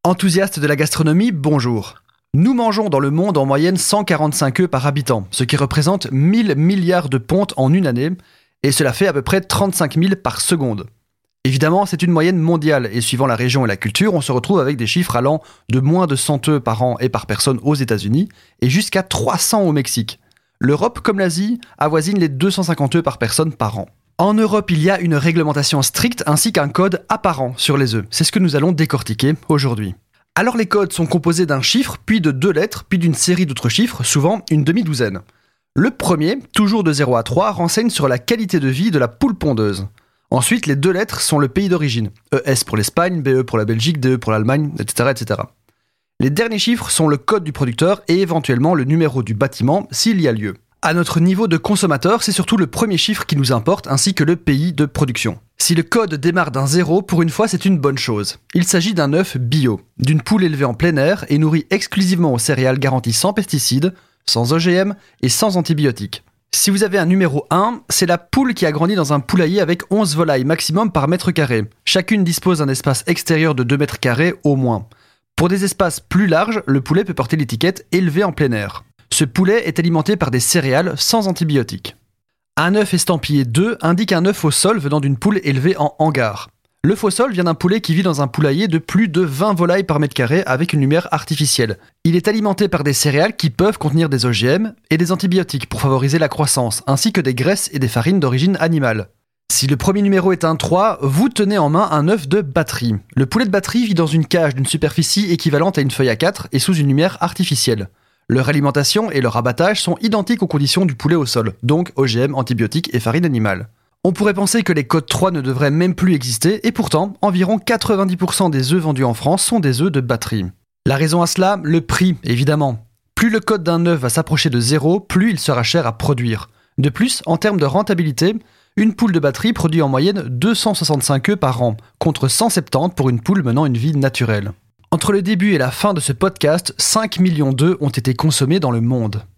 Enthousiastes de la gastronomie, bonjour. Nous mangeons dans le monde en moyenne 145 œufs par habitant, ce qui représente 1000 milliards de pontes en une année, et cela fait à peu près 35 000 par seconde. Évidemment, c'est une moyenne mondiale, et suivant la région et la culture, on se retrouve avec des chiffres allant de moins de 100 œufs par an et par personne aux États-Unis, et jusqu'à 300 au Mexique. L'Europe, comme l'Asie, avoisine les 250 œufs par personne par an. En Europe, il y a une réglementation stricte ainsi qu'un code apparent sur les œufs. C'est ce que nous allons décortiquer aujourd'hui. Alors les codes sont composés d'un chiffre, puis de 2 lettres, puis d'une série d'autres chiffres, souvent une demi-douzaine. Le premier, toujours de 0 à 3, renseigne sur la qualité de vie de la poule pondeuse. Ensuite, les 2 lettres sont le pays d'origine. ES pour l'Espagne, BE pour la Belgique, DE pour l'Allemagne, etc., etc. Les derniers chiffres sont le code du producteur et éventuellement le numéro du bâtiment s'il y a lieu. À notre niveau de consommateur, c'est surtout le premier chiffre qui nous importe ainsi que le pays de production. Si le code démarre d'un 0, pour une fois c'est une bonne chose. Il s'agit d'un œuf bio, d'une poule élevée en plein air et nourrie exclusivement aux céréales garanties sans pesticides, sans OGM et sans antibiotiques. Si vous avez un numéro 1, c'est la poule qui a grandi dans un poulailler avec 11 volailles maximum par mètre carré. Chacune dispose d'un espace extérieur de 2 mètres carrés au moins. Pour des espaces plus larges, le poulet peut porter l'étiquette « élevé en plein air ». Ce poulet est alimenté par des céréales sans antibiotiques. Un œuf estampillé 2 indique un œuf au sol venant d'une poule élevée en hangar. L'œuf au sol vient d'un poulet qui vit dans un poulailler de plus de 20 volailles par mètre carré avec une lumière artificielle. Il est alimenté par des céréales qui peuvent contenir des OGM et des antibiotiques pour favoriser la croissance, ainsi que des graisses et des farines d'origine animale. Si le premier numéro est un 3, vous tenez en main un œuf de batterie. Le poulet de batterie vit dans une cage d'une superficie équivalente à une feuille A4 et sous une lumière artificielle. Leur alimentation et leur abattage sont identiques aux conditions du poulet au sol, donc OGM, antibiotiques et farine animale. On pourrait penser que les codes 3 ne devraient même plus exister, et pourtant, environ 90% des œufs vendus en France sont des œufs de batterie. La raison à cela, le prix, évidemment. Plus le code d'un œuf va s'approcher de 0, plus il sera cher à produire. De plus, en termes de rentabilité, une poule de batterie produit en moyenne 265 œufs par an, contre 170 pour une poule menant une vie naturelle. Entre le début et la fin de ce podcast, 5 millions d'œufs ont été consommés dans le monde.